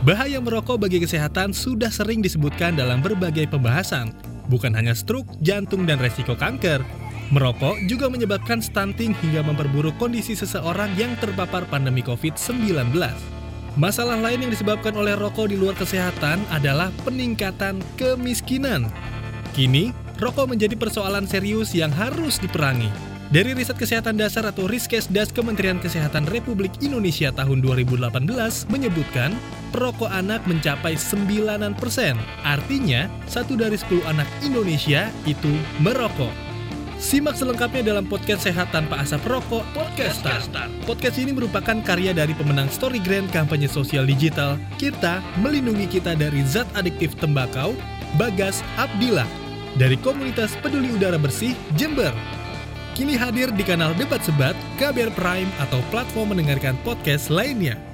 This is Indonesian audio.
Bahaya merokok bagi kesehatan sudah sering disebutkan dalam berbagai pembahasan. Bukan hanya stroke, jantung, dan resiko kanker. Merokok juga menyebabkan stunting hingga memperburuk kondisi seseorang yang terpapar pandemi COVID-19. Masalah lain yang disebabkan oleh rokok di luar kesehatan adalah peningkatan kemiskinan. Kini, rokok menjadi persoalan serius yang harus diperangi. Dari Riset Kesehatan Dasar atau Riskesdas Kementerian Kesehatan Republik Indonesia tahun 2018 menyebutkan perokok anak mencapai 9%. Artinya, 1 dari 10 anak Indonesia itu merokok. Simak selengkapnya dalam podcast Sehat Tanpa Asap Rokok, Podcast Start. Podcast ini merupakan karya dari pemenang Story Grant kampanye sosial digital Kita Melindungi Kita dari Zat Adiktif Tembakau, Bagas Abdillah, dari komunitas Peduli Udara Bersih, Jember. Kini hadir di kanal Debat Sebat, KBR Prime, atau platform mendengarkan podcast lainnya.